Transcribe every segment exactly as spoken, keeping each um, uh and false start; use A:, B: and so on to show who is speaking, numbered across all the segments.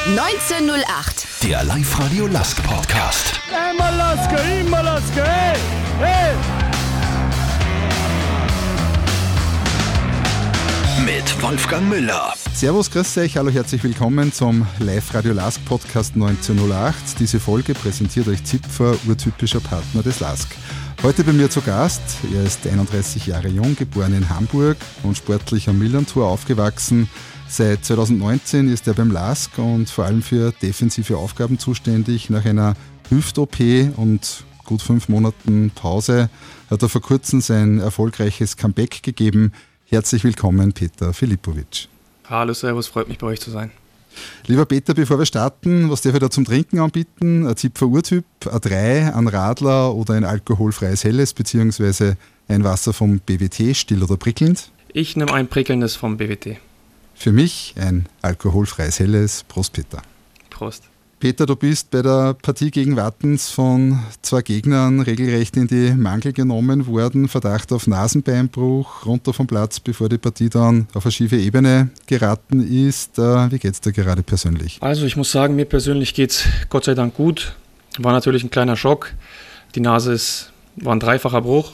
A: neunzehn null acht.
B: Der Live-Radio Lask Podcast.
C: Immer Laske, immer Laske, hey, hey!
B: Mit Wolfgang Müller.
D: Servus, grüß euch, hallo, herzlich willkommen zum Live-Radio Lask Podcast neunzehn null acht. Diese Folge präsentiert euch Zipfer, urtypischer Partner des Lask. Heute bei mir zu Gast, er ist einunddreißig Jahre jung, geboren in Hamburg und sportlich am Millantor aufgewachsen. Seit zweitausendneunzehn ist er beim Lask und vor allem für defensive Aufgaben zuständig. Nach einer Hüft-O P und gut fünf Monaten Pause hat er vor kurzem sein erfolgreiches Comeback gegeben. Herzlich willkommen, Peter Filipovic.
E: Hallo, servus, freut mich bei euch zu sein.
D: Lieber Peter, bevor wir starten, was darf ich da zum Trinken anbieten? Ein Zipfer Urtyp, ein drei, ein Radler oder ein alkoholfreies Helles, beziehungsweise ein Wasser vom B W T, still oder prickelnd?
E: Ich nehme ein prickelndes vom B W T.
D: Für mich ein alkoholfreies Helles. Prost, Peter.
E: Prost.
D: Peter, du bist bei der Partie gegen Wattens von zwei Gegnern regelrecht in die Mangel genommen worden. Verdacht auf Nasenbeinbruch, runter vom Platz, bevor die Partie dann auf eine schiefe Ebene geraten ist. Wie geht's dir gerade persönlich?
E: Also ich muss sagen, mir persönlich geht's Gott sei Dank gut. War natürlich ein kleiner Schock. Die Nase ist, war ein dreifacher Bruch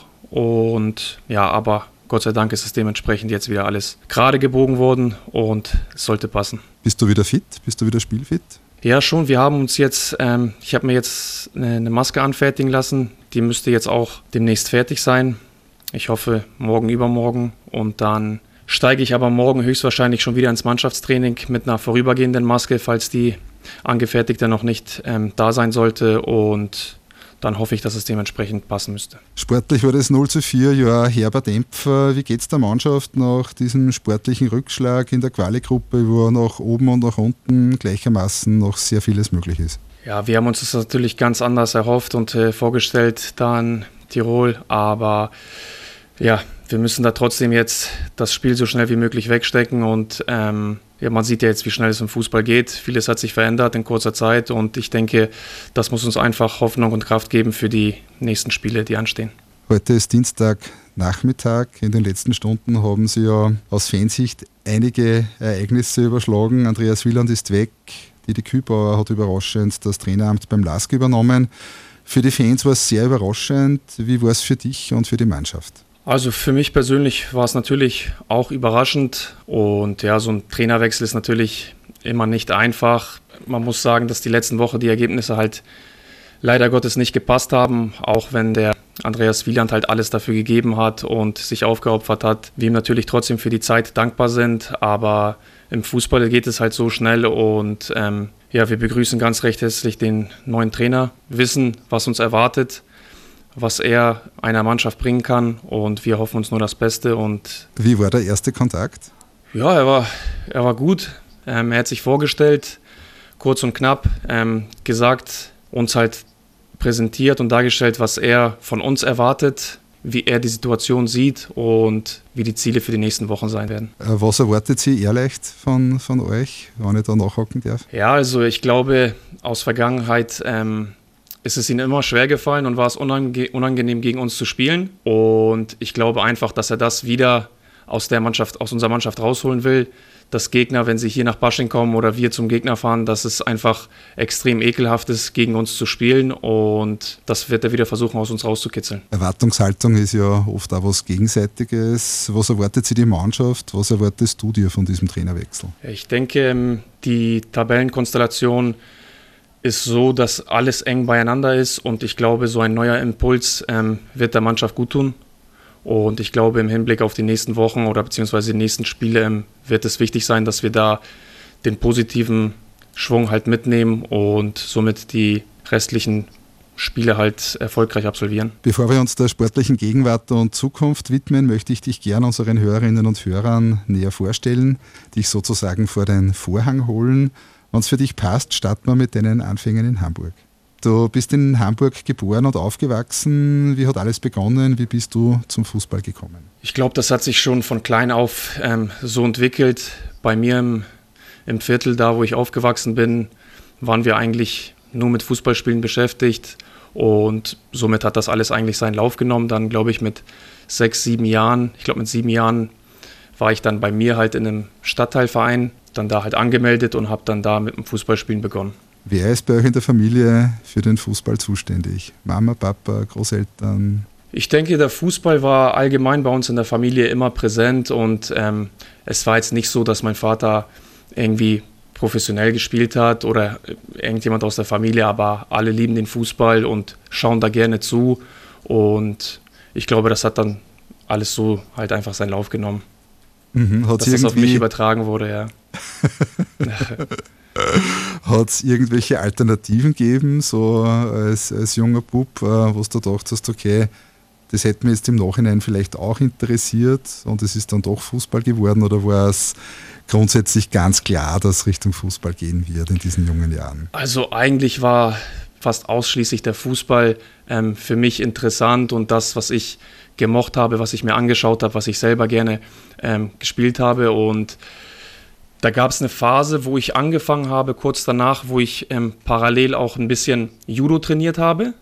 E: und ja, aber Gott sei Dank ist es dementsprechend jetzt wieder alles gerade gebogen worden und es sollte passen.
D: Bist du wieder fit? Bist du wieder spielfit?
E: Ja, schon. Wir haben uns jetzt, ähm, ich habe mir jetzt eine, eine Maske anfertigen lassen. Die müsste jetzt auch demnächst fertig sein. Ich hoffe, morgen, übermorgen. Und dann steige ich aber morgen höchstwahrscheinlich schon wieder ins Mannschaftstraining mit einer vorübergehenden Maske, falls die angefertigte noch nicht ähm, da sein sollte. Und dann hoffe ich, dass es dementsprechend passen müsste. Sportlich
D: war das null zu vier, ja, herber Dämpfer. Wie geht es der Mannschaft nach diesem sportlichen Rückschlag in der Quali-Gruppe, wo nach oben und nach unten gleichermaßen noch sehr vieles möglich ist?
E: Ja, wir haben uns das natürlich ganz anders erhofft und äh, vorgestellt da in Tirol, aber ja, wir müssen da trotzdem jetzt das Spiel so schnell wie möglich wegstecken und ähm, ja, man sieht ja jetzt, wie schnell es im Fußball geht. Vieles hat sich verändert in kurzer Zeit und ich denke, das muss uns einfach Hoffnung und Kraft geben für die nächsten Spiele, die anstehen.
D: Heute ist Dienstagnachmittag. In den letzten Stunden haben Sie ja aus Fansicht einige Ereignisse überschlagen. Andreas Wieland ist weg. Didi Kübauer hat überraschend das Traineramt beim Lask übernommen. Für die Fans war es sehr überraschend. Wie war es für dich und für die Mannschaft?
E: Also für mich persönlich war es natürlich auch überraschend und ja, so ein Trainerwechsel ist natürlich immer nicht einfach. Man muss sagen, dass die letzten Wochen die Ergebnisse halt leider Gottes nicht gepasst haben, auch wenn der Andreas Wieland halt alles dafür gegeben hat und sich aufgeopfert hat. Wir ihm natürlich trotzdem für die Zeit dankbar sind, aber im Fußball geht es halt so schnell und ähm, ja, wir begrüßen ganz recht herzlich den neuen Trainer, wissen, was uns erwartet, was er einer Mannschaft bringen kann und wir hoffen uns nur das Beste. Und
D: wie war der erste Kontakt?
E: Ja, er war, er war gut. Ähm, er hat sich vorgestellt, kurz und knapp, ähm, gesagt, uns halt präsentiert und dargestellt, was er von uns erwartet, wie er die Situation sieht und wie die Ziele für die nächsten Wochen sein werden.
D: Was erwartet Sie ehrlich von, von euch, wenn ich da nachhaken darf?
E: Ja, also ich glaube, aus Vergangenheit ähm, ist es ihm immer schwer gefallen und war es unange- unangenehm, gegen uns zu spielen. Und ich glaube einfach, dass er das wieder aus der Mannschaft, aus unserer Mannschaft rausholen will. Dass Gegner, wenn sie hier nach Basching kommen oder wir zum Gegner fahren, dass es einfach extrem ekelhaft ist, gegen uns zu spielen. Und das wird er wieder versuchen, aus uns rauszukitzeln.
D: Erwartungshaltung ist ja oft auch was Gegenseitiges. Was erwartet Sie die Mannschaft? Was erwartest du dir von diesem Trainerwechsel?
E: Ich denke, die Tabellenkonstellation ist so, dass alles eng beieinander ist und ich glaube, so ein neuer Impuls ähm, wird der Mannschaft gut tun. Und ich glaube, im Hinblick auf die nächsten Wochen oder beziehungsweise die nächsten Spiele ähm, wird es wichtig sein, dass wir da den positiven Schwung halt mitnehmen und somit die restlichen Spiele halt erfolgreich absolvieren.
D: Bevor wir uns der sportlichen Gegenwart und Zukunft widmen, möchte ich dich gerne unseren Hörerinnen und Hörern näher vorstellen, dich sozusagen vor den Vorhang holen. Wenn es für dich passt, starten wir mit deinen Anfängen in Hamburg. Du bist in Hamburg geboren und aufgewachsen. Wie hat alles begonnen? Wie bist du zum Fußball gekommen?
E: Ich glaube, das hat sich schon von klein auf ähm, so entwickelt. Bei mir im, im Viertel, da wo ich aufgewachsen bin, waren wir eigentlich nur mit Fußballspielen beschäftigt. Und somit hat das alles eigentlich seinen Lauf genommen. Dann glaube ich mit sechs, sieben Jahren, ich glaube mit sieben Jahren war ich dann bei mir halt in einem Stadtteilverein dann da halt angemeldet und habe dann da mit dem Fußballspielen begonnen.
D: Wer ist bei euch in der Familie für den Fußball zuständig? Mama, Papa, Großeltern?
E: Ich denke, der Fußball war allgemein bei uns in der Familie immer präsent und ähm, es war jetzt nicht so, dass mein Vater irgendwie professionell gespielt hat oder irgendjemand aus der Familie, aber alle lieben den Fußball und schauen da gerne zu und ich glaube, das hat dann alles so halt einfach seinen Lauf genommen.
D: Mhm,
E: dass das auf mich übertragen wurde, ja.
D: Hat es irgendwelche Alternativen gegeben, so als, als junger Bub, wo du gedacht hast, okay, das hätte mich jetzt im Nachhinein vielleicht auch interessiert und es ist dann doch Fußball geworden, oder war es grundsätzlich ganz klar, dass Richtung Fußball gehen wird in diesen jungen Jahren?
E: Also eigentlich war fast ausschließlich der Fußball ähm, für mich interessant und das, was ich gemocht habe, was ich mir angeschaut habe, was ich selber gerne ähm, gespielt habe. Und da gab es eine Phase, wo ich angefangen habe, kurz danach, wo ich ähm, parallel auch ein bisschen Judo trainiert habe.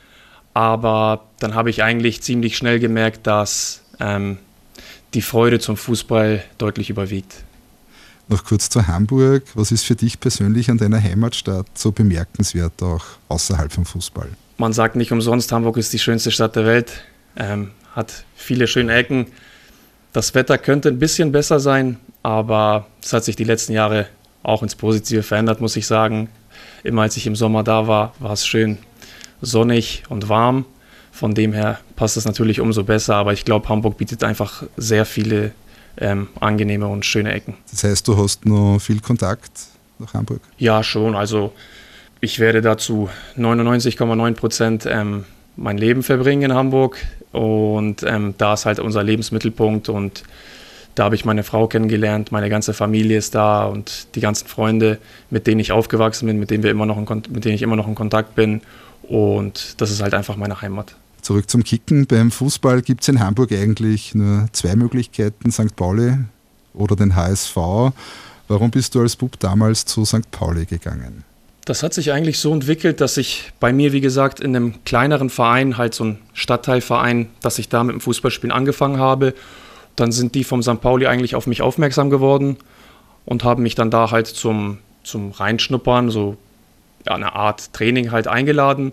E: Aber dann habe ich eigentlich ziemlich schnell gemerkt, dass ähm, die Freude zum Fußball deutlich überwiegt.
D: Noch kurz zu Hamburg. Was ist für dich persönlich an deiner Heimatstadt so bemerkenswert, auch außerhalb vom Fußball?
E: Man sagt nicht umsonst, Hamburg ist die schönste Stadt der Welt. Ähm, hat viele schöne Ecken. Das Wetter könnte ein bisschen besser sein, aber es hat sich die letzten Jahre auch ins Positive verändert, muss ich sagen. Immer als ich im Sommer da war, war es schön sonnig und warm. Von dem her passt es natürlich umso besser, aber ich glaube, Hamburg bietet einfach sehr viele ähm, angenehme und schöne Ecken.
D: Das heißt, du hast noch viel Kontakt nach Hamburg?
E: Ja, schon. Also ich werde dazu neunundneunzig Komma neun Prozent ähm, mein Leben verbringen in Hamburg und ähm, da ist halt unser Lebensmittelpunkt und da habe ich meine Frau kennengelernt, meine ganze Familie ist da und die ganzen Freunde, mit denen ich aufgewachsen bin, mit denen, wir immer noch in, mit denen ich immer noch in Kontakt bin und das ist halt einfach meine Heimat.
D: Zurück zum Kicken. Beim Fußball gibt es in Hamburg eigentlich nur zwei Möglichkeiten, Sankt Pauli oder den H S V. Warum bist du als Bub damals zu Sankt Pauli gegangen?
E: Das hat sich eigentlich so entwickelt, dass ich bei mir, wie gesagt, in einem kleineren Verein, halt so ein Stadtteilverein, dass ich da mit dem Fußballspielen angefangen habe. Dann sind die vom Sankt Pauli eigentlich auf mich aufmerksam geworden und haben mich dann da halt zum, zum Reinschnuppern, so ja, eine Art Training halt eingeladen.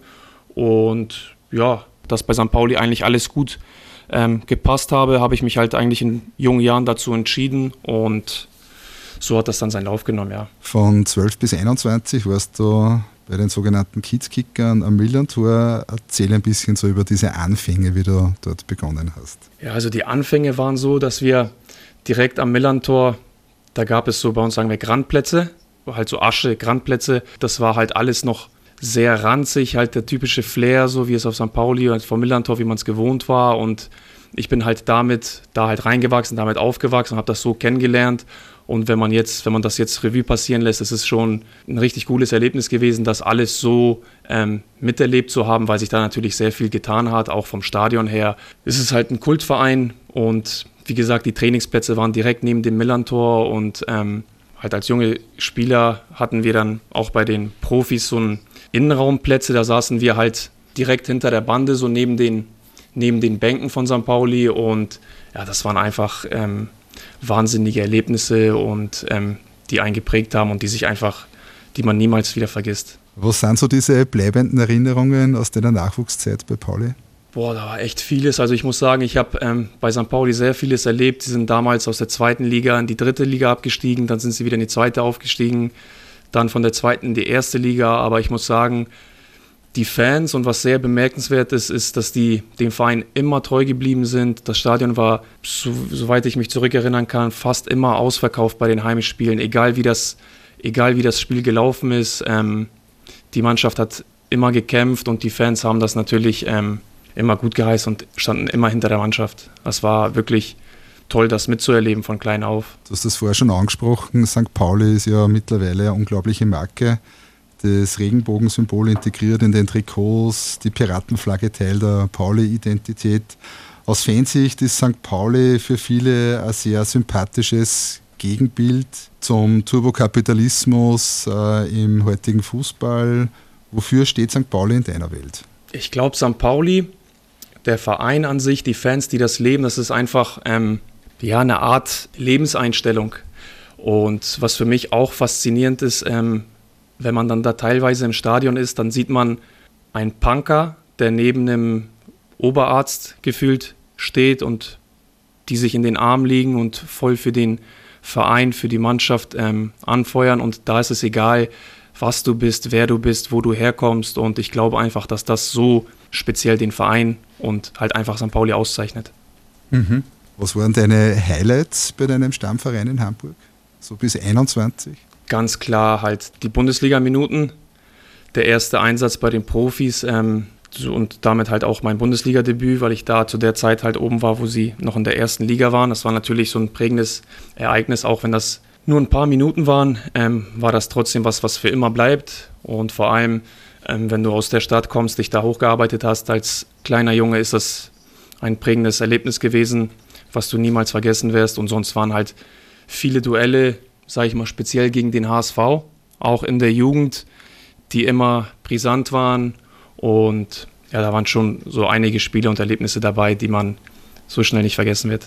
E: Und ja, dass bei Sankt Pauli eigentlich alles gut ähm, gepasst habe, habe ich mich halt eigentlich in jungen Jahren dazu entschieden und so hat das dann seinen Lauf genommen, ja.
D: Von zwölf bis einundzwanzig warst du bei den sogenannten Kids-Kickern am Millantor. Erzähl ein bisschen so über diese Anfänge, wie du dort begonnen hast.
E: Ja, also die Anfänge waren so, dass wir direkt am Millantor, da gab es so bei uns, sagen wir, Grandplätze, halt so Asche, Grandplätze. Das war halt alles noch sehr ranzig, halt der typische Flair, so wie es auf Sankt Pauli und vom Millantor, wie man es gewohnt war. Und ich bin halt damit, da halt reingewachsen, damit aufgewachsen und habe das so kennengelernt. Und wenn man jetzt, wenn man das jetzt Revue passieren lässt, ist es schon ein richtig cooles Erlebnis gewesen, das alles so ähm, miterlebt zu haben, weil sich da natürlich sehr viel getan hat, auch vom Stadion her. Es ist halt ein Kultverein und wie gesagt, die Trainingsplätze waren direkt neben dem Millantor und ähm, halt als junge Spieler hatten wir dann auch bei den Profis so einen Innenraumplätze, da saßen wir halt direkt hinter der Bande, so neben den, neben den Bänken von Sankt Pauli und ja, das waren einfach ähm, wahnsinnige Erlebnisse und ähm, die einen geprägt haben und die sich einfach, die man niemals wieder vergisst.
D: Was sind so diese bleibenden Erinnerungen aus deiner Nachwuchszeit bei Pauli?
E: Boah, da war echt vieles. Also ich muss sagen, ich habe ähm, bei Sankt Pauli sehr vieles erlebt. Sie sind damals aus der zweiten Liga in die dritte Liga abgestiegen, dann sind sie wieder in die zweite aufgestiegen, dann von der zweiten in die erste Liga. Aber ich muss sagen, die Fans und was sehr bemerkenswert ist, ist, dass die dem Verein immer treu geblieben sind. Das Stadion war, so, soweit ich mich zurückerinnern kann, fast immer ausverkauft bei den Heimspielen, egal wie das, egal wie das Spiel gelaufen ist. Ähm, die Mannschaft hat immer gekämpft und die Fans haben das natürlich ähm, immer gut geheißen und standen immer hinter der Mannschaft. Das war wirklich toll, das mitzuerleben von klein auf.
D: Du hast das vorher schon angesprochen, Sankt Pauli ist ja mittlerweile eine unglaubliche Marke. Das Regenbogensymbol integriert in den Trikots, die Piratenflagge Teil der Pauli-Identität. Aus Fansicht ist Sankt Pauli für viele ein sehr sympathisches Gegenbild zum Turbokapitalismus äh, im heutigen Fußball. Wofür steht Sankt Pauli in deiner Welt?
E: Ich glaube, Sankt Pauli, der Verein an sich, die Fans, die das leben, das ist einfach ähm, ja, eine Art Lebenseinstellung. Und was für mich auch faszinierend ist, ähm, wenn man dann da teilweise im Stadion ist, dann sieht man einen Punker, der neben einem Oberarzt gefühlt steht und die sich in den Arm liegen und voll für den Verein, für die Mannschaft ähm, anfeuern. Und da ist es egal, was du bist, wer du bist, wo du herkommst. Und ich glaube einfach, dass das so speziell den Verein und halt einfach Sankt Pauli auszeichnet.
D: Mhm. Was waren deine Highlights bei deinem Stammverein in Hamburg? So bis einundzwanzig?
E: Ganz klar halt die Bundesliga-Minuten, der erste Einsatz bei den Profis ähm, und damit halt auch mein Bundesliga-Debüt, weil ich da zu der Zeit halt oben war, wo sie noch in der ersten Liga waren. Das war natürlich so ein prägendes Ereignis, auch wenn das nur ein paar Minuten waren, ähm, war das trotzdem was, was für immer bleibt. Und vor allem, ähm, wenn du aus der Stadt kommst, dich da hochgearbeitet hast als kleiner Junge, ist das ein prägendes Erlebnis gewesen, was du niemals vergessen wirst. Und sonst waren halt viele Duelle, sage ich mal, speziell gegen den H S V, auch in der Jugend, die immer brisant waren. Und ja, da waren schon so einige Spiele und Erlebnisse dabei, die man so schnell nicht vergessen wird.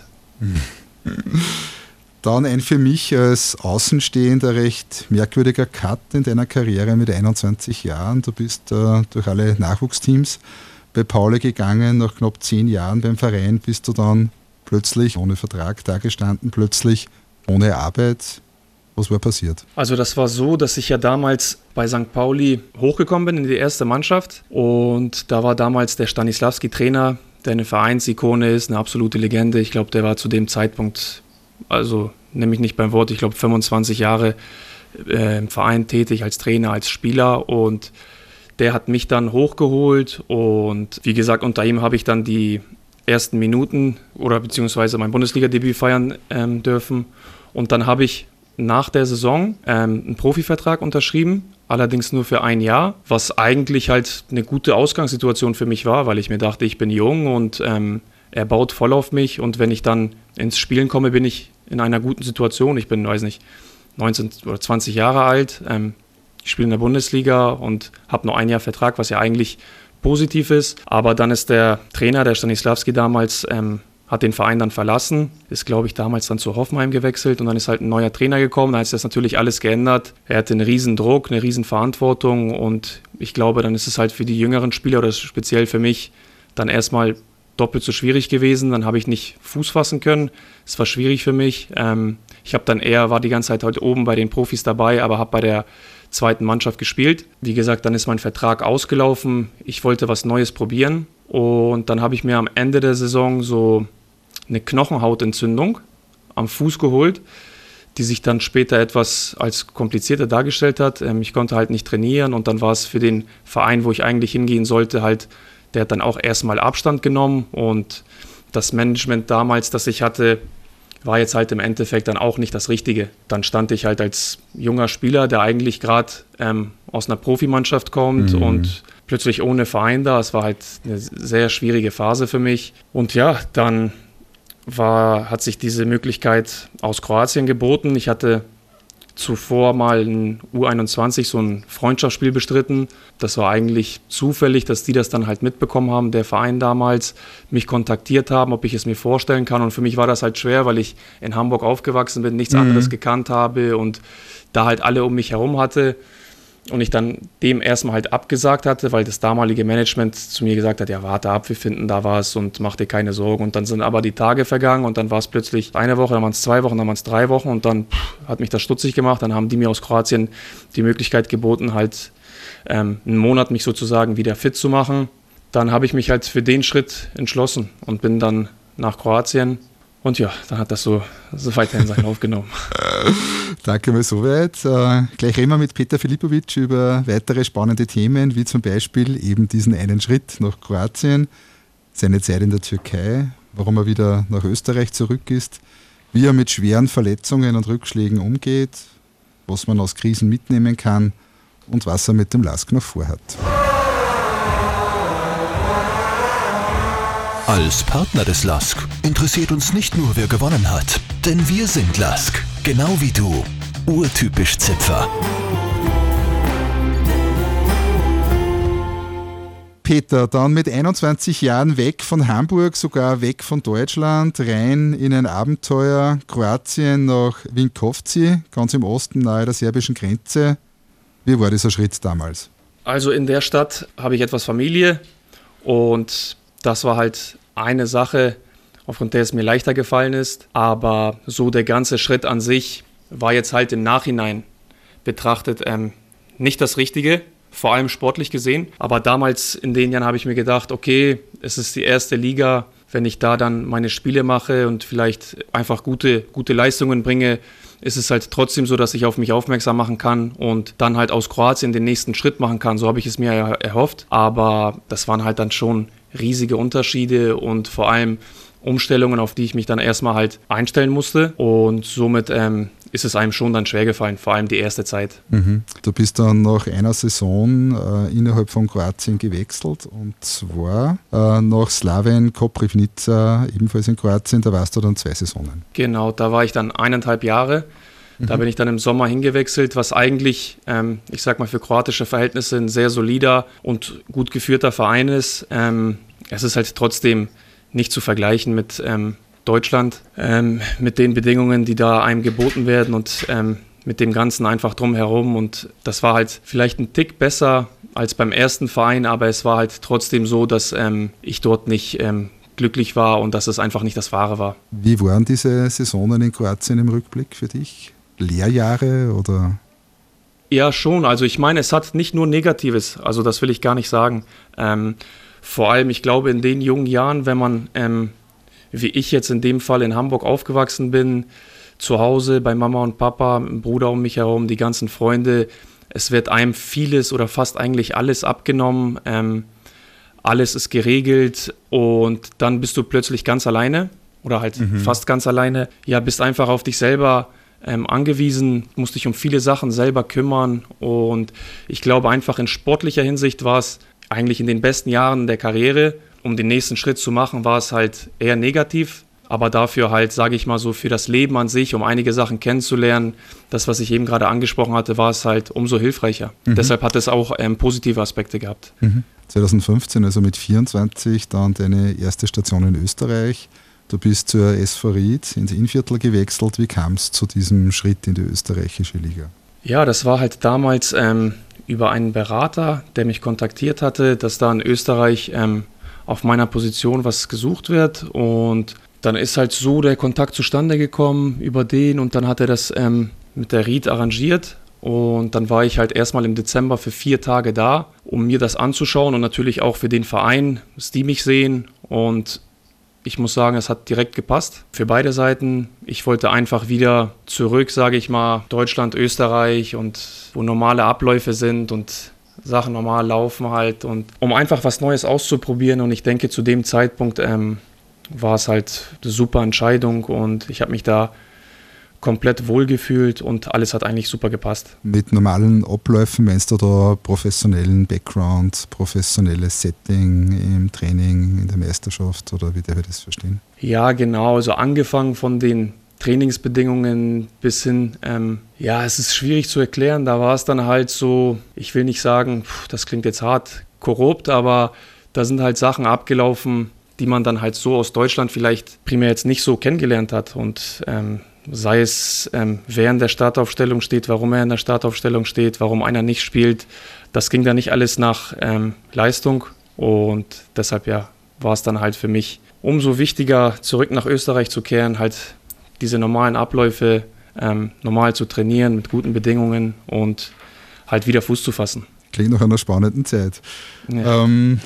D: Dann ein für mich als Außenstehender recht merkwürdiger Cut in deiner Karriere mit einundzwanzig Jahren. Du bist äh, durch alle Nachwuchsteams bei Pauli gegangen. Nach knapp zehn Jahren beim Verein bist du dann plötzlich ohne Vertrag dagestanden, plötzlich ohne Arbeit. Was war passiert?
E: Also das war so, dass ich ja damals bei Sankt Pauli hochgekommen bin in die erste Mannschaft. Und da war damals der Stanislavski Trainer, der eine Vereinsikone ist, eine absolute Legende. Ich glaube, der war zu dem Zeitpunkt, also nehme ich nicht beim Wort, ich glaube fünfundzwanzig Jahre äh, im Verein tätig als Trainer, als Spieler. Und der hat mich dann hochgeholt. Und wie gesagt, unter ihm habe ich dann die ersten Minuten oder beziehungsweise mein Bundesliga-Debüt feiern ähm, dürfen. Und dann habe ich nach der Saison ähm, einen Profivertrag unterschrieben, allerdings nur für ein Jahr, was eigentlich halt eine gute Ausgangssituation für mich war, weil ich mir dachte, ich bin jung und ähm, er baut voll auf mich und wenn ich dann ins Spielen komme, bin ich in einer guten Situation. Ich bin, weiß nicht, neunzehn oder zwanzig Jahre alt, ähm, ich spiele in der Bundesliga und habe noch ein Jahr Vertrag, was ja eigentlich positiv ist, aber dann ist der Trainer, der Stanislavski damals, ähm, hat den Verein dann verlassen, ist, glaube ich, damals dann zu Hoffenheim gewechselt und dann ist halt ein neuer Trainer gekommen, da hat sich das natürlich alles geändert. Er hatte einen riesen Druck, eine riesen Verantwortung und ich glaube, dann ist es halt für die jüngeren Spieler oder speziell für mich dann erstmal doppelt so schwierig gewesen. Dann habe ich nicht Fuß fassen können, es war schwierig für mich. Ähm, ich habe dann eher, war die ganze Zeit halt oben bei den Profis dabei, aber habe bei der zweiten Mannschaft gespielt. Wie gesagt, dann ist mein Vertrag ausgelaufen, ich wollte was Neues probieren und dann habe ich mir am Ende der Saison so eine Knochenhautentzündung am Fuß geholt, die sich dann später etwas als komplizierter dargestellt hat. Ich konnte halt nicht trainieren und dann war es für den Verein, wo ich eigentlich hingehen sollte, halt, der hat dann auch erstmal Abstand genommen und das Management damals, das ich hatte, war jetzt halt im Endeffekt dann auch nicht das Richtige. Dann stand ich halt als junger Spieler, der eigentlich gerade ähm, aus einer Profimannschaft kommt mhm. und plötzlich ohne Verein da. Es war halt eine sehr schwierige Phase für mich. Und ja, dann war, hat sich diese Möglichkeit aus Kroatien geboten. Ich hatte zuvor mal in U einundzwanzig so ein Freundschaftsspiel bestritten. Das war eigentlich zufällig, dass die das dann halt mitbekommen haben, der Verein damals, mich kontaktiert haben, ob ich es mir vorstellen kann. Und für mich war das halt schwer, weil ich in Hamburg aufgewachsen bin, nichts mhm. anderes gekannt habe und da halt alle um mich herum hatte. Und ich dann dem erstmal halt abgesagt hatte, weil das damalige Management zu mir gesagt hat, ja warte ab, wir finden da was und mach dir keine Sorgen. Und dann sind aber die Tage vergangen und dann war es plötzlich eine Woche, dann waren es zwei Wochen, dann waren es drei Wochen und dann pff, hat mich das stutzig gemacht. Dann haben die mir aus Kroatien die Möglichkeit geboten, halt ähm, einen Monat mich sozusagen wieder fit zu machen. Dann habe ich mich halt für den Schritt entschlossen und bin dann nach Kroatien. Und ja, dann hat das so, so weiterhin seinen Lauf genommen.
D: Danke mal soweit. Äh, gleich reden wir mit Peter Filipovic über weitere spannende Themen, wie zum Beispiel eben diesen einen Schritt nach Kroatien, seine Zeit in der Türkei, warum er wieder nach Österreich zurück ist, wie er mit schweren Verletzungen und Rückschlägen umgeht, was man aus Krisen mitnehmen kann und was er mit dem Lask noch vorhat.
B: Als Partner des Lask interessiert uns nicht nur, wer gewonnen hat, denn wir sind Lask, genau wie du, urtypisch Zipfer.
D: Peter, dann mit einundzwanzig Jahren weg von Hamburg, sogar weg von Deutschland, rein in ein Abenteuer, Kroatien nach Vinkovci, ganz im Osten nahe der serbischen Grenze. Wie war dieser Schritt damals?
E: Also in der Stadt habe ich etwas Familie und das war halt eine Sache, aufgrund der es mir leichter gefallen ist. Aber so der ganze Schritt an sich war jetzt halt im Nachhinein betrachtet ähm, nicht das Richtige, vor allem sportlich gesehen. Aber damals in den Jahren habe ich mir gedacht, okay, es ist die erste Liga, wenn ich da dann meine Spiele mache und vielleicht einfach gute, gute Leistungen bringe, ist es halt trotzdem so, dass ich auf mich aufmerksam machen kann und dann halt aus Kroatien den nächsten Schritt machen kann. So habe ich es mir erhofft. Aber das waren halt dann schon riesige Unterschiede und vor allem Umstellungen, auf die ich mich dann erstmal halt einstellen musste. Und somit ähm, ist es einem schon dann schwer gefallen, vor allem die erste Zeit.
D: Mhm. Du bist dann nach einer Saison äh, innerhalb von Kroatien gewechselt und zwar äh, nach Slaven Koprivnica, ebenfalls in Kroatien. Da warst du dann zwei Saisonen.
E: Genau, da war ich dann eineinhalb Jahre. Mhm. Da bin ich dann im Sommer hingewechselt, was eigentlich, ähm, ich sag mal, für kroatische Verhältnisse ein sehr solider und gut geführter Verein ist. Ähm, es ist halt trotzdem nicht zu vergleichen mit ähm, Deutschland, ähm, mit den Bedingungen, die da einem geboten werden und ähm, mit dem Ganzen einfach drumherum. Und das war halt vielleicht ein Tick besser als beim ersten Verein, aber es war halt trotzdem so, dass ähm, ich dort nicht ähm, glücklich war und dass es einfach nicht das Wahre war.
D: Wie waren diese Saisonen in Kroatien im Rückblick für dich? Lehrjahre oder?
E: Ja, schon. Also ich meine, es hat nicht nur Negatives, also das will ich gar nicht sagen. Ähm, Vor allem, ich glaube, in den jungen Jahren, wenn man, ähm, wie ich jetzt in dem Fall in Hamburg aufgewachsen bin, zu Hause bei Mama und Papa, ein Bruder um mich herum, die ganzen Freunde, es wird einem vieles oder fast eigentlich alles abgenommen, ähm, alles ist geregelt und dann bist du plötzlich ganz alleine oder halt mhm. fast ganz alleine. Ja, bist einfach auf dich selber ähm, angewiesen, musst dich um viele Sachen selber kümmern und ich glaube einfach in sportlicher Hinsicht war es eigentlich in den besten Jahren der Karriere, um den nächsten Schritt zu machen, war es halt eher negativ. Aber dafür halt, sage ich mal so, für das Leben an sich, um einige Sachen kennenzulernen, das, was ich eben gerade angesprochen hatte, war es halt umso hilfreicher. Mhm. Deshalb hat es auch ähm, positive Aspekte gehabt.
D: Mhm. zwanzig fünfzehn, also mit vierundzwanzig, dann deine erste Station in Österreich. Du bist zur S V Ried ins Innviertel gewechselt. Wie kam es zu diesem Schritt in die österreichische Liga?
E: Ja, das war halt damals ähm, über einen Berater, der mich kontaktiert hatte, dass da in Österreich ähm, auf meiner Position was gesucht wird und dann ist halt so der Kontakt zustande gekommen über den und dann hat er das ähm, mit der Ried arrangiert und dann war ich halt erstmal im Dezember für vier Tage da, um mir das anzuschauen und natürlich auch für den Verein, dass die mich sehen und ich muss sagen, es hat direkt gepasst für beide Seiten. Ich wollte einfach wieder zurück, sage ich mal, Deutschland, Österreich und wo normale Abläufe sind und Sachen normal laufen halt und um einfach was Neues auszuprobieren und ich denke zu dem Zeitpunkt ähm, war es halt eine super Entscheidung und ich habe mich da komplett wohlgefühlt und alles hat eigentlich super gepasst.
D: Mit normalen Abläufen meinst du da professionellen Background, professionelles Setting im Training, in der Meisterschaft oder wie darf ich das verstehen?
E: Ja, genau. Also angefangen von den Trainingsbedingungen bis hin, ähm, ja, es ist schwierig zu erklären. Da war es dann halt so, ich will nicht sagen, pff, das klingt jetzt hart, korrupt, aber da sind halt Sachen abgelaufen, die man dann halt so aus Deutschland vielleicht primär jetzt nicht so kennengelernt hat und ähm, sei es, ähm, wer in der Startaufstellung steht, warum er in der Startaufstellung steht, warum einer nicht spielt, das ging dann nicht alles nach ähm, Leistung und deshalb ja, war es dann halt für mich umso wichtiger, zurück nach Österreich zu kehren, halt diese normalen Abläufe ähm, normal zu trainieren mit guten Bedingungen und halt wieder Fuß zu fassen.
D: Klingt nach einer spannenden Zeit.
E: Ja.
D: Ähm,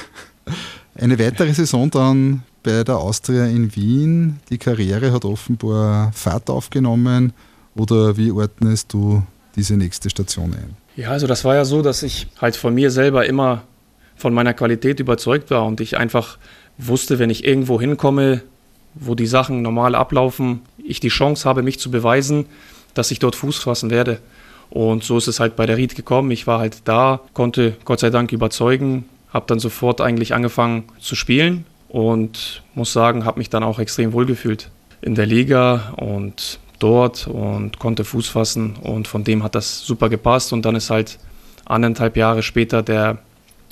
D: eine weitere Saison dann bei der Austria in Wien. Die Karriere hat offenbar Fahrt aufgenommen oder wie ordnest du diese nächste Station ein?
E: Ja, also das war ja so, dass ich halt von mir selber immer von meiner Qualität überzeugt war und ich einfach wusste, wenn ich irgendwo hinkomme, wo die Sachen normal ablaufen, ich die Chance habe, mich zu beweisen, dass ich dort Fuß fassen werde. Und so ist es halt bei der Ried gekommen. Ich war halt da, konnte Gott sei Dank überzeugen, habe dann sofort eigentlich angefangen zu spielen und muss sagen, habe mich dann auch extrem wohlgefühlt in der Liga und dort und konnte Fuß fassen und von dem hat das super gepasst und dann ist halt anderthalb Jahre später der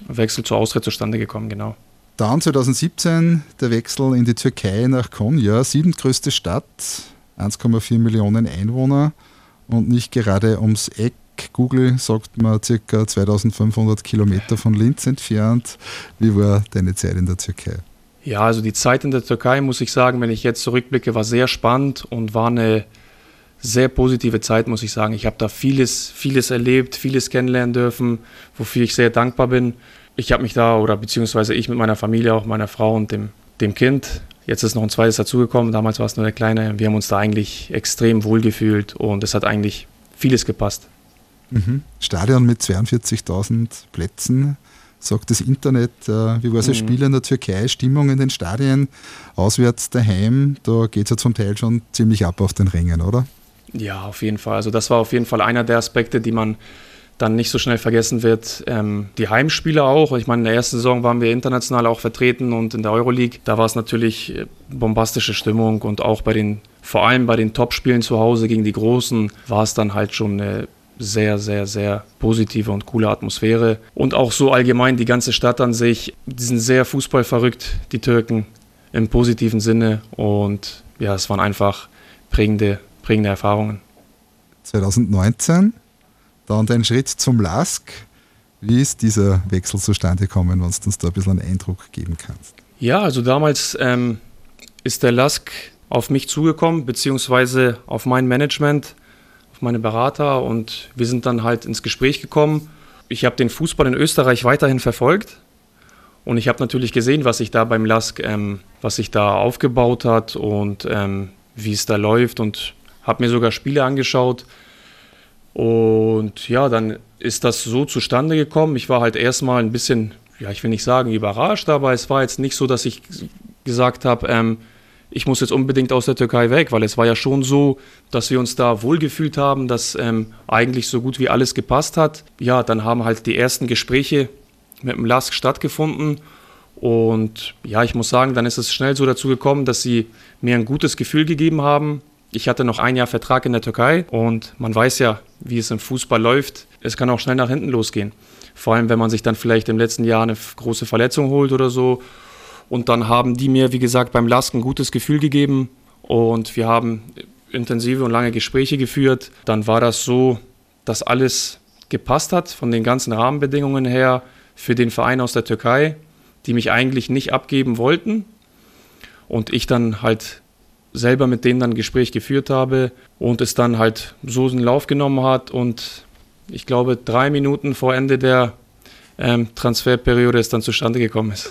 E: Wechsel zur Austria zustande gekommen, genau.
D: Dann zwanzig siebzehn der Wechsel in die Türkei nach Konya, siebtgrößte Stadt, eins Komma vier Millionen Einwohner und nicht gerade ums Eck. Google sagt man ca. zweitausendfünfhundert Kilometer von Linz entfernt. Wie war deine Zeit in der Türkei?
E: Ja, also die Zeit in der Türkei, muss ich sagen, wenn ich jetzt zurückblicke, war sehr spannend und war eine sehr positive Zeit, muss ich sagen. Ich habe da vieles, vieles erlebt, vieles kennenlernen dürfen, wofür ich sehr dankbar bin. Ich habe mich da, oder beziehungsweise ich mit meiner Familie, auch meiner Frau und dem, dem Kind, jetzt ist noch ein zweites dazugekommen, damals war es nur der Kleine, wir haben uns da eigentlich extrem wohl gefühlt und es hat eigentlich vieles gepasst.
D: Mhm. Stadion mit zweiundvierzigtausend Plätzen, sagt das Internet. Wie war es als Spieler in der Türkei? Stimmung in den Stadien, auswärts daheim, da geht es ja zum Teil schon ziemlich ab auf den Rängen, oder?
E: Ja, auf jeden Fall. Also das war auf jeden Fall einer der Aspekte, die man dann nicht so schnell vergessen wird. Ähm, die Heimspiele auch. Ich meine, in der ersten Saison waren wir international auch vertreten und in der Euroleague, da war es natürlich bombastische Stimmung und auch bei den, vor allem bei den Topspielen zu Hause gegen die Großen, war es dann halt schon eine sehr, sehr, sehr positive und coole Atmosphäre. Und auch so allgemein die ganze Stadt an sich, die sind sehr fußballverrückt, die Türken, im positiven Sinne. Und ja, es waren einfach prägende, prägende Erfahrungen.
D: zwanzig neunzehn, dann dein Schritt zum LASK. Wie ist dieser Wechsel zustande gekommen, wenn du uns da ein bisschen einen Eindruck geben kannst?
E: Ja, also damals ähm, ist der LASK auf mich zugekommen, beziehungsweise auf mein Management, auf meine Berater, und wir sind dann halt ins Gespräch gekommen. Ich habe den Fußball in Österreich weiterhin verfolgt und ich habe natürlich gesehen, was sich da beim LASK, ähm, was sich da aufgebaut hat und ähm, wie es da läuft, und habe mir sogar Spiele angeschaut. Und ja, dann ist das so zustande gekommen. Ich war halt erstmal ein bisschen, ja, ich will nicht sagen überrascht, aber es war jetzt nicht so, dass ich gesagt habe, ähm, ich muss jetzt unbedingt aus der Türkei weg, weil es war ja schon so, dass wir uns da wohlgefühlt haben, dass ähm, eigentlich so gut wie alles gepasst hat. Ja, dann haben halt die ersten Gespräche mit dem LASK stattgefunden und ja, ich muss sagen, dann ist es schnell so dazu gekommen, dass sie mir ein gutes Gefühl gegeben haben. Ich hatte noch ein Jahr Vertrag in der Türkei und man weiß ja, wie es im Fußball läuft. Es kann auch schnell nach hinten losgehen. Vor allem, wenn man sich dann vielleicht im letzten Jahr eine große Verletzung holt oder so. Und dann haben die mir, wie gesagt, beim LASK ein gutes Gefühl gegeben und wir haben intensive und lange Gespräche geführt. Dann war das so, dass alles gepasst hat von den ganzen Rahmenbedingungen her für den Verein aus der Türkei, die mich eigentlich nicht abgeben wollten. Und ich dann halt selber mit denen dann ein Gespräch geführt habe und es dann halt so einen Lauf genommen hat. Und ich glaube, drei Minuten vor Ende der ähm, Transferperiode es dann zustande gekommen ist.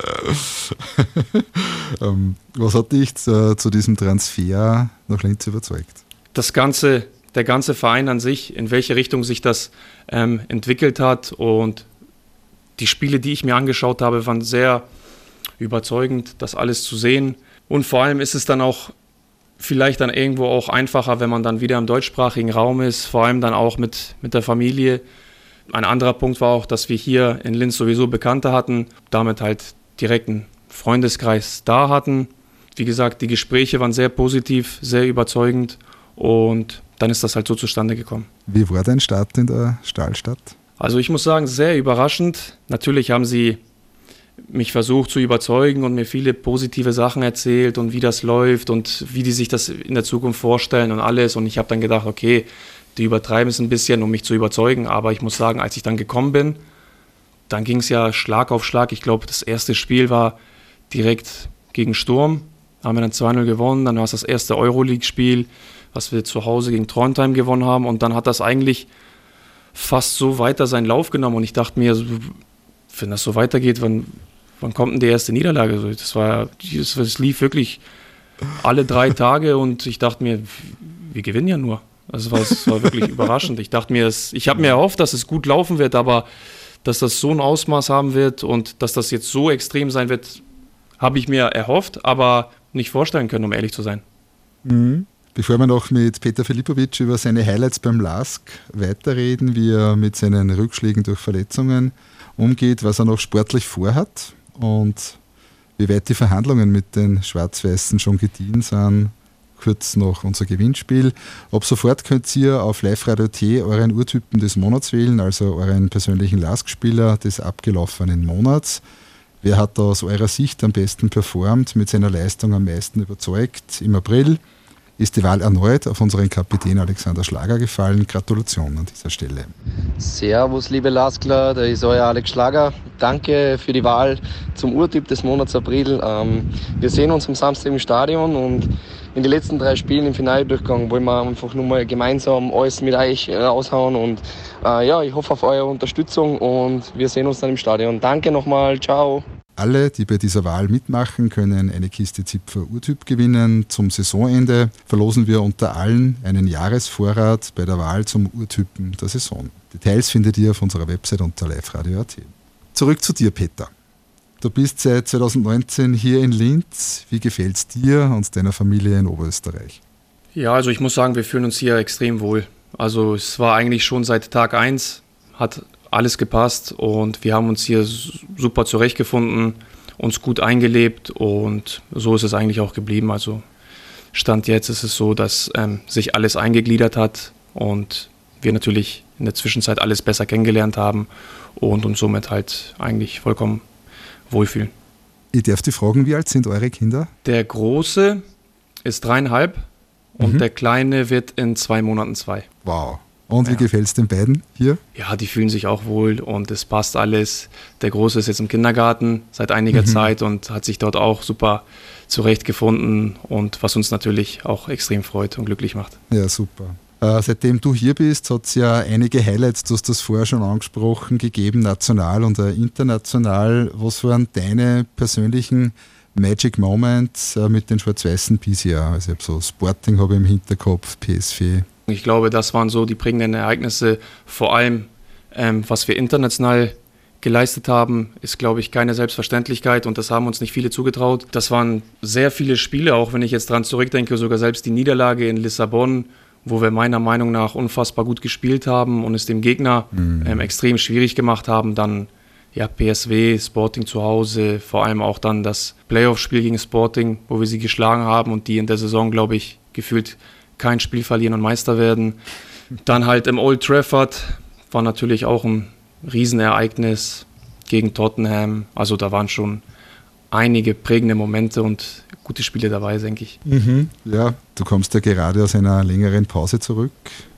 D: ähm, was hat dich zu, zu diesem Transfer nach Linz überzeugt?
E: Das ganze, der ganze Verein an sich, in welche Richtung sich das ähm, entwickelt hat, und die Spiele, die ich mir angeschaut habe, waren sehr überzeugend, das alles zu sehen. Und vor allem ist es dann auch vielleicht dann irgendwo auch einfacher, wenn man dann wieder im deutschsprachigen Raum ist, vor allem dann auch mit, mit der Familie. Ein anderer Punkt war auch, dass wir hier in Linz sowieso Bekannte hatten, damit halt direkt einen Freundeskreis da hatten. Wie gesagt, die Gespräche waren sehr positiv, sehr überzeugend und dann ist das halt so zustande gekommen.
D: Wie war dein Start in der Stahlstadt?
E: Also ich muss sagen, sehr überraschend. Natürlich haben sie mich versucht zu überzeugen und mir viele positive Sachen erzählt und wie das läuft und wie die sich das in der Zukunft vorstellen und alles. Und ich habe dann gedacht, okay, die übertreiben es ein bisschen, um mich zu überzeugen. Aber ich muss sagen, als ich dann gekommen bin, dann ging es ja Schlag auf Schlag. Ich glaube, das erste Spiel war direkt gegen Sturm. Da haben wir dann zwei null gewonnen. Dann war es das erste Euroleague-Spiel, was wir zu Hause gegen Trondheim gewonnen haben. Und dann hat das eigentlich fast so weiter seinen Lauf genommen. Und ich dachte mir, wenn das so weitergeht, wann, wann kommt denn die erste Niederlage? Das war, das, das lief wirklich alle drei Tage und ich dachte mir, wir gewinnen ja nur. Also es war, es war wirklich überraschend. Ich dachte mir, es, ich habe mir erhofft, dass es gut laufen wird, aber dass das so ein Ausmaß haben wird und dass das jetzt so extrem sein wird, habe ich mir erhofft, aber nicht vorstellen können, um ehrlich zu sein.
D: Mhm. Bevor wir noch mit Peter Filipovic über seine Highlights beim LASK weiterreden, wie er mit seinen Rückschlägen durch Verletzungen umgeht, was er noch sportlich vorhat und wie weit die Verhandlungen mit den Schwarz-Weißen schon gediehen sind, kurz noch unser Gewinnspiel. Ab sofort könnt ihr auf Live Radio Punkt at euren Urtypen des Monats wählen, also euren persönlichen Lask-Spieler des abgelaufenen Monats. Wer hat da aus eurer Sicht am besten performt, mit seiner Leistung am meisten überzeugt? Im April ist die Wahl erneut auf unseren Kapitän Alexander Schlager gefallen. Gratulation an dieser Stelle.
A: Servus, liebe Laskler, da ist euer Alex Schlager. Danke für die Wahl zum Urtyp des Monats April. Ähm, wir sehen uns am Samstag im Stadion und in den letzten drei Spielen im Finaldurchgang wollen wir einfach nur mal gemeinsam alles mit euch raushauen. Und äh, ja, ich hoffe auf eure Unterstützung und wir sehen uns dann im Stadion. Danke nochmal, ciao.
D: Alle, die bei dieser Wahl mitmachen, können eine Kiste Zipfer Urtyp gewinnen. Zum Saisonende verlosen wir unter allen einen Jahresvorrat bei der Wahl zum Urtypen der Saison. Details findet ihr auf unserer Website unter live radio punkt at. Zurück zu dir, Peter. Du bist seit zweitausendneunzehn hier in Linz. Wie gefällt es dir und deiner Familie in Oberösterreich?
E: Ja, also ich muss sagen, wir fühlen uns hier extrem wohl. Also es war eigentlich schon seit Tag eins, hat alles gepasst und wir haben uns hier super zurechtgefunden, uns gut eingelebt und so ist es eigentlich auch geblieben. Also Stand jetzt ist es so, dass ähm, sich alles eingegliedert hat und wir natürlich in der Zwischenzeit alles besser kennengelernt haben und uns somit halt eigentlich vollkommen wohlfühlen.
D: Ich darf dich fragen, wie alt sind eure Kinder?
E: Der Große ist dreieinhalb und
D: mhm.
E: der Kleine wird in zwei Monaten zwei.
D: Wow. Und wie
E: ja.
D: gefällt es den beiden hier?
E: Ja, die fühlen sich auch wohl und es passt alles. Der Große ist jetzt im Kindergarten seit einiger mhm. Zeit und hat sich dort auch super zurechtgefunden und was uns natürlich auch extrem freut und glücklich macht.
D: Ja, super. Äh, seitdem du hier bist, hat es ja einige Highlights, du hast das vorher schon angesprochen, gegeben, national und äh, international. Was waren deine persönlichen Magic Moments äh, mit den schwarz-weißen P C A? Also ich habe so Sporting habe ich im Hinterkopf, P S V.
E: Ich glaube, das waren so die prägenden Ereignisse. Vor allem, ähm, was wir international geleistet haben, ist, glaube ich, keine Selbstverständlichkeit und das haben uns nicht viele zugetraut. Das waren sehr viele Spiele, auch wenn ich jetzt dran zurückdenke, sogar selbst die Niederlage in Lissabon, wo wir meiner Meinung nach unfassbar gut gespielt haben und es dem Gegner mhm. ähm, extrem schwierig gemacht haben. Dann ja, P S V, Sporting zu Hause, vor allem auch dann das Playoff-Spiel gegen Sporting, wo wir sie geschlagen haben und die in der Saison, glaube ich, gefühlt kein Spiel verlieren und Meister werden. Dann halt im Old Trafford war natürlich auch ein Riesenereignis gegen Tottenham. Also da waren schon einige prägende Momente und gute Spiele dabei, denke ich.
D: Mhm. Ja, du kommst ja gerade aus einer längeren Pause zurück.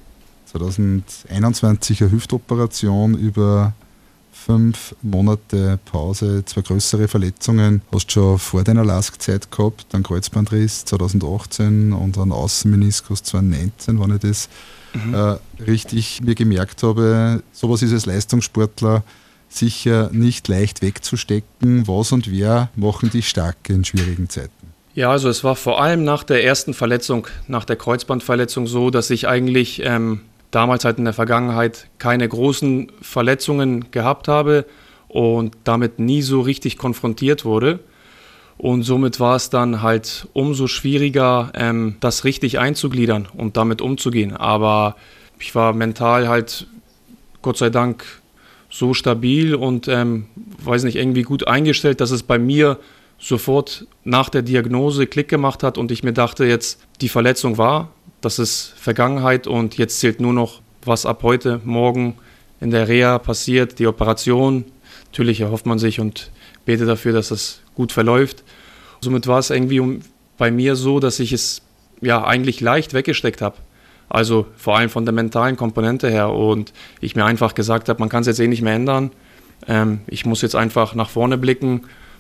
D: zwanzig einundzwanzig eine Hüftoperation über fünf Monate Pause, zwei größere Verletzungen. Hast schon vor deiner Lask-Zeit gehabt, dann Kreuzbandriss zwanzig achtzehn und dann Außenmeniskus zwanzig neunzehn, wenn ich das mhm. äh, richtig mir gemerkt habe. Sowas ist als Leistungssportler sicher nicht leicht wegzustecken. Was und wer machen dich stark in schwierigen Zeiten?
E: Ja, also es war vor allem nach der ersten Verletzung, nach der Kreuzbandverletzung so, dass ich eigentlich ähm, damals halt in der Vergangenheit keine großen Verletzungen gehabt habe und damit nie so richtig konfrontiert wurde. Und somit war es dann halt umso schwieriger, ähm, das richtig einzugliedern und damit umzugehen. Aber ich war mental halt, Gott sei Dank, so stabil und, ähm, weiß nicht, irgendwie gut eingestellt, dass es bei mir sofort nach der Diagnose Klick gemacht hat und ich mir dachte, jetzt die Verletzung war, das ist Vergangenheit und jetzt zählt nur noch, was ab heute, morgen in der Reha passiert, die Operation. Natürlich erhofft man sich und betet dafür, dass es gut verläuft. Somit war es irgendwie bei mir so, dass ich es ja eigentlich leicht weggesteckt habe. Also vor allem von der mentalen Komponente her und ich mir einfach gesagt habe, man kann es jetzt eh nicht mehr ändern. Ähm, ich muss jetzt einfach nach vorne blicken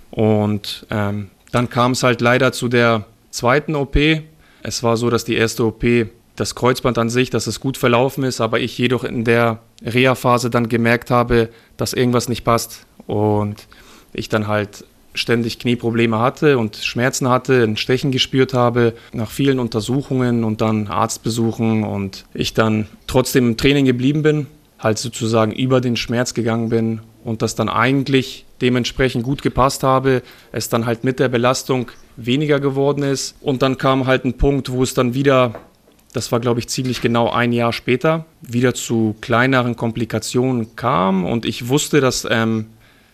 E: und ähm, dann kam es halt leider zu der zweiten O P. Es war so, dass die erste O P, das Kreuzband an sich, dass es gut verlaufen ist, aber ich jedoch in der Reha-Phase dann gemerkt habe, dass irgendwas nicht passt und ich dann halt ständig Knieprobleme hatte und Schmerzen hatte, ein Stechen gespürt habe, nach vielen Untersuchungen und dann Arztbesuchen und ich dann trotzdem im Training geblieben bin, halt sozusagen über den Schmerz gegangen bin und das dann eigentlich dementsprechend gut gepasst habe, es dann halt mit der Belastung weniger geworden ist und dann kam halt ein Punkt, wo es dann wieder, das war glaube ich ziemlich genau ein Jahr später, wieder zu kleineren Komplikationen kam und ich wusste, dass ähm,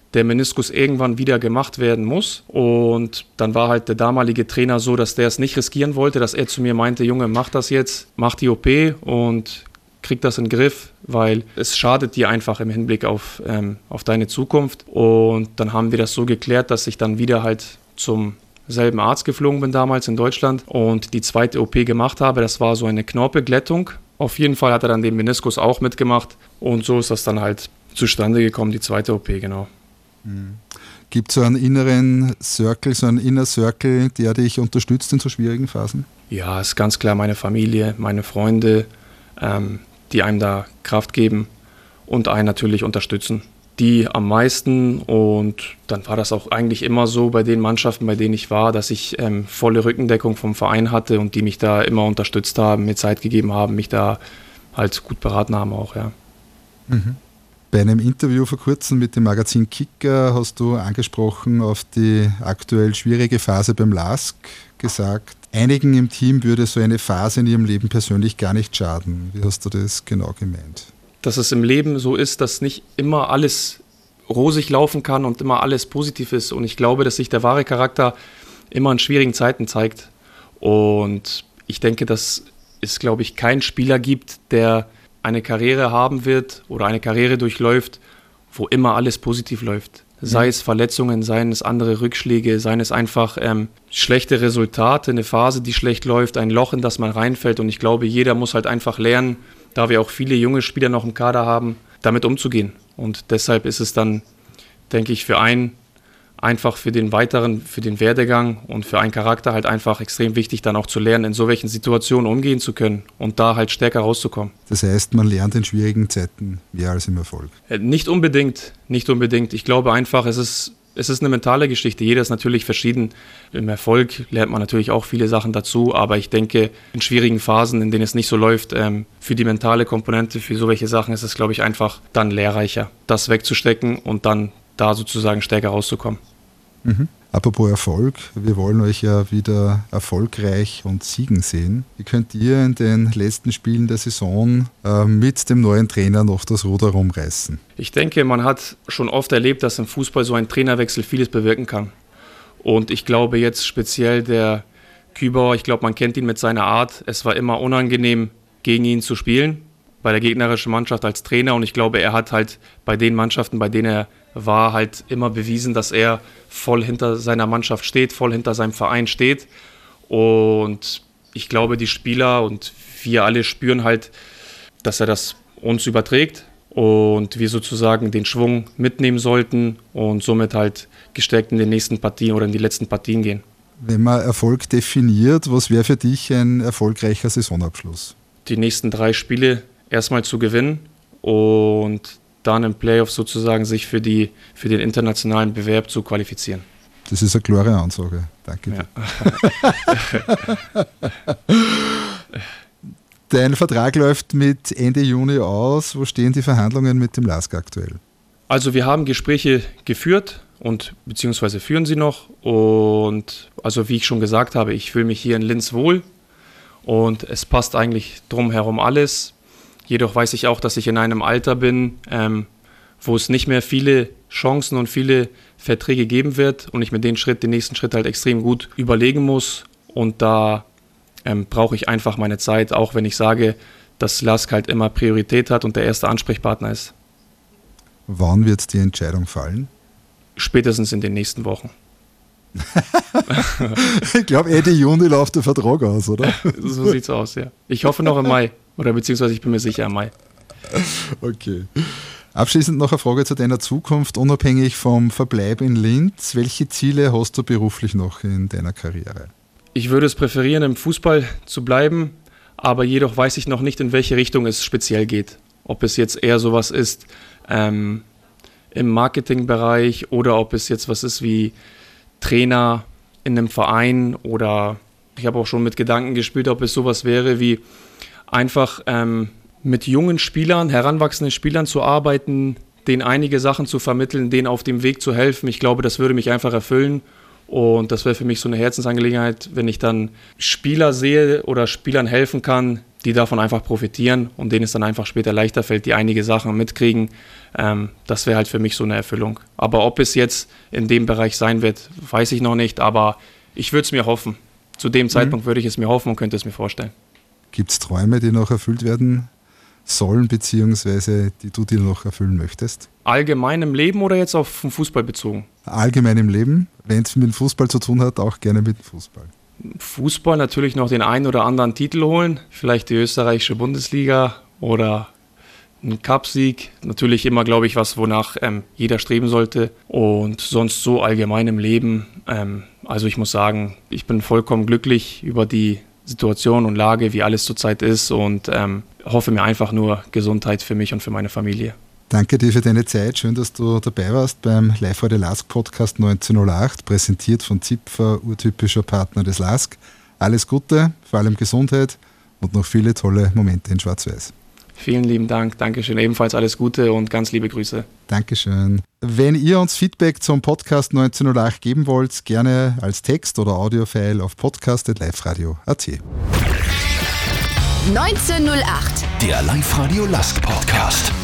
E: der Meniskus irgendwann wieder gemacht werden muss. Und dann war halt der damalige Trainer so, dass der es nicht riskieren wollte, dass er zu mir meinte, Junge, mach das jetzt, mach die O P und krieg das in den Griff, weil es schadet dir einfach im Hinblick auf, ähm, auf deine Zukunft. Und dann haben wir das so geklärt, dass ich dann wieder halt zum selben Arzt geflogen bin damals in Deutschland und die zweite O P gemacht habe. Das war so eine Knorpelglättung. Auf jeden Fall hat er dann den Meniskus auch mitgemacht und so ist das dann halt zustande gekommen, die zweite O P, genau.
D: Gibt es so einen inneren Circle, so einen Inner Circle, der dich unterstützt in so schwierigen Phasen?
E: Ja, ist ganz klar meine Familie, meine Freunde, ähm, die einem da Kraft geben und einen natürlich unterstützen. Die am meisten und dann war das auch eigentlich immer so bei den Mannschaften, bei denen ich war, dass ich ähm, volle Rückendeckung vom Verein hatte und die mich da immer unterstützt haben, mir Zeit gegeben haben, mich da halt gut beraten haben auch, ja.
D: Mhm. Bei einem Interview vor kurzem mit dem Magazin Kicker hast du angesprochen auf die aktuell schwierige Phase beim LASK gesagt, einigen im Team würde so eine Phase in ihrem Leben persönlich gar nicht schaden. Wie hast du das genau gemeint?
E: Dass es im Leben so ist, dass nicht immer alles rosig laufen kann und immer alles positiv ist. Und ich glaube, dass sich der wahre Charakter immer in schwierigen Zeiten zeigt. Und ich denke, dass es, glaube ich, keinen Spieler gibt, der eine Karriere haben wird oder eine Karriere durchläuft, wo immer alles positiv läuft. Sei es Verletzungen, seien es andere Rückschläge, seien es einfach ähm, schlechte Resultate, eine Phase, die schlecht läuft, ein Loch, in das man reinfällt. Und ich glaube, jeder muss halt einfach lernen, da wir auch viele junge Spieler noch im Kader haben, damit umzugehen. Und deshalb ist es dann, denke ich, für einen einfach für den weiteren, für den Werdegang und für einen Charakter halt einfach extrem wichtig, dann auch zu lernen, in so welchen Situationen umgehen zu können und da halt stärker rauszukommen.
D: Das heißt, man lernt in schwierigen Zeiten mehr als im Erfolg?
E: Nicht unbedingt, nicht unbedingt. Ich glaube einfach, es ist, es ist eine mentale Geschichte. Jeder ist natürlich verschieden. Im Erfolg lernt man natürlich auch viele Sachen dazu, aber ich denke, in schwierigen Phasen, in denen es nicht so läuft, ähm, für die mentale Komponente, für so welche Sachen ist es, glaube ich, einfach dann lehrreicher, das wegzustecken und dann da sozusagen stärker rauszukommen.
D: Mhm. Apropos Erfolg, wir wollen euch ja wieder erfolgreich und siegen sehen. Wie könnt ihr in den letzten Spielen der Saison äh, mit dem neuen Trainer noch das Ruder rumreißen?
E: Ich denke, man hat schon oft erlebt, dass im Fußball so ein Trainerwechsel vieles bewirken kann. Und ich glaube jetzt speziell der Kübauer, ich glaube, man kennt ihn mit seiner Art. Es war immer unangenehm, gegen ihn zu spielen, bei der gegnerischen Mannschaft als Trainer. Und ich glaube, er hat halt bei den Mannschaften, bei denen er war, halt immer bewiesen, dass er voll hinter seiner Mannschaft steht, voll hinter seinem Verein steht. Und ich glaube, die Spieler und wir alle spüren halt, dass er das uns überträgt und wir sozusagen den Schwung mitnehmen sollten und somit halt gestärkt in den nächsten Partien oder in die letzten Partien gehen.
D: Wenn man Erfolg definiert, was wäre für dich ein erfolgreicher Saisonabschluss? Die
E: nächsten drei Spiele erstmal zu gewinnen und dann im Playoff sozusagen sich für, die, für den internationalen Bewerb zu qualifizieren.
D: Das ist eine klare Ansage. Danke dir. Ja. Dein Vertrag läuft mit Ende Juni aus. Wo stehen die Verhandlungen mit dem LASK aktuell?
E: Also wir haben Gespräche geführt und beziehungsweise führen sie noch. Und also wie ich schon gesagt habe, ich fühle mich hier in Linz wohl und es passt eigentlich drumherum alles. Jedoch weiß ich auch, dass ich in einem Alter bin, ähm, wo es nicht mehr viele Chancen und viele Verträge geben wird und ich mir den Schritt, den nächsten Schritt halt extrem gut überlegen muss. Und da ähm, brauche ich einfach meine Zeit, auch wenn ich sage, dass LASK halt immer Priorität hat und der erste Ansprechpartner ist.
D: Wann wird die Entscheidung fallen?
E: Spätestens in den nächsten Wochen.
D: Ich glaube, Ende Juni läuft der Vertrag aus, oder?
E: So sieht's aus, ja. Ich hoffe noch im Mai. Oder beziehungsweise ich bin mir sicher im Mai.
D: Okay. Abschließend noch eine Frage zu deiner Zukunft, unabhängig vom Verbleib in Linz. Welche Ziele hast du beruflich noch in deiner Karriere?
E: Ich würde es präferieren, im Fußball zu bleiben, aber jedoch weiß ich noch nicht, in welche Richtung es speziell geht. Ob es jetzt eher sowas ist ähm, im Marketingbereich oder ob es jetzt was ist wie Trainer in einem Verein oder ich habe auch schon mit Gedanken gespielt, ob es sowas wäre wie einfach ähm, mit jungen Spielern, heranwachsenden Spielern zu arbeiten, denen einige Sachen zu vermitteln, denen auf dem Weg zu helfen. Ich glaube, das würde mich einfach erfüllen Und das wäre für mich so eine Herzensangelegenheit, wenn ich dann Spieler sehe oder Spielern helfen kann, die davon einfach profitieren und denen es dann einfach später leichter fällt, die einige Sachen mitkriegen. Ähm, das wäre halt für mich so eine Erfüllung. Aber ob es jetzt in dem Bereich sein wird, weiß ich noch nicht, aber ich würde es mir hoffen. Zu dem mhm. Zeitpunkt würde ich es mir hoffen und könnte es mir vorstellen.
D: Gibt es Träume, die noch erfüllt werden sollen, beziehungsweise die du dir noch erfüllen möchtest?
E: Allgemein im Leben oder jetzt auf den Fußball bezogen?
D: Allgemein im Leben, wenn es mit dem Fußball zu tun hat, auch gerne mit dem Fußball.
E: Fußball natürlich noch den einen oder anderen Titel holen, vielleicht die österreichische Bundesliga oder einen Cupsieg. Natürlich immer, glaube ich, was, wonach ähm, jeder streben sollte. Und sonst so allgemein im Leben. Ähm, also ich muss sagen, ich bin vollkommen glücklich über die Situation und Lage, wie alles zurzeit ist und ähm, hoffe mir einfach nur Gesundheit für mich und für meine Familie.
D: Danke dir für deine Zeit. Schön, dass du dabei warst beim Live-Radio Lask Podcast neunzehnhundertacht, präsentiert von Zipfer, urtypischer Partner des Lask. Alles Gute, vor allem Gesundheit und noch viele tolle Momente in Schwarz-Weiß.
E: Vielen lieben Dank, Dankeschön. Ebenfalls alles Gute und ganz liebe Grüße.
D: Dankeschön. Wenn ihr uns Feedback zum Podcast neunzehnhundertacht geben wollt, gerne als Text oder Audiofile auf podcast punkt liveradio punkt at.
B: neunzehnhundertacht. Der Live-Radio Lask Podcast.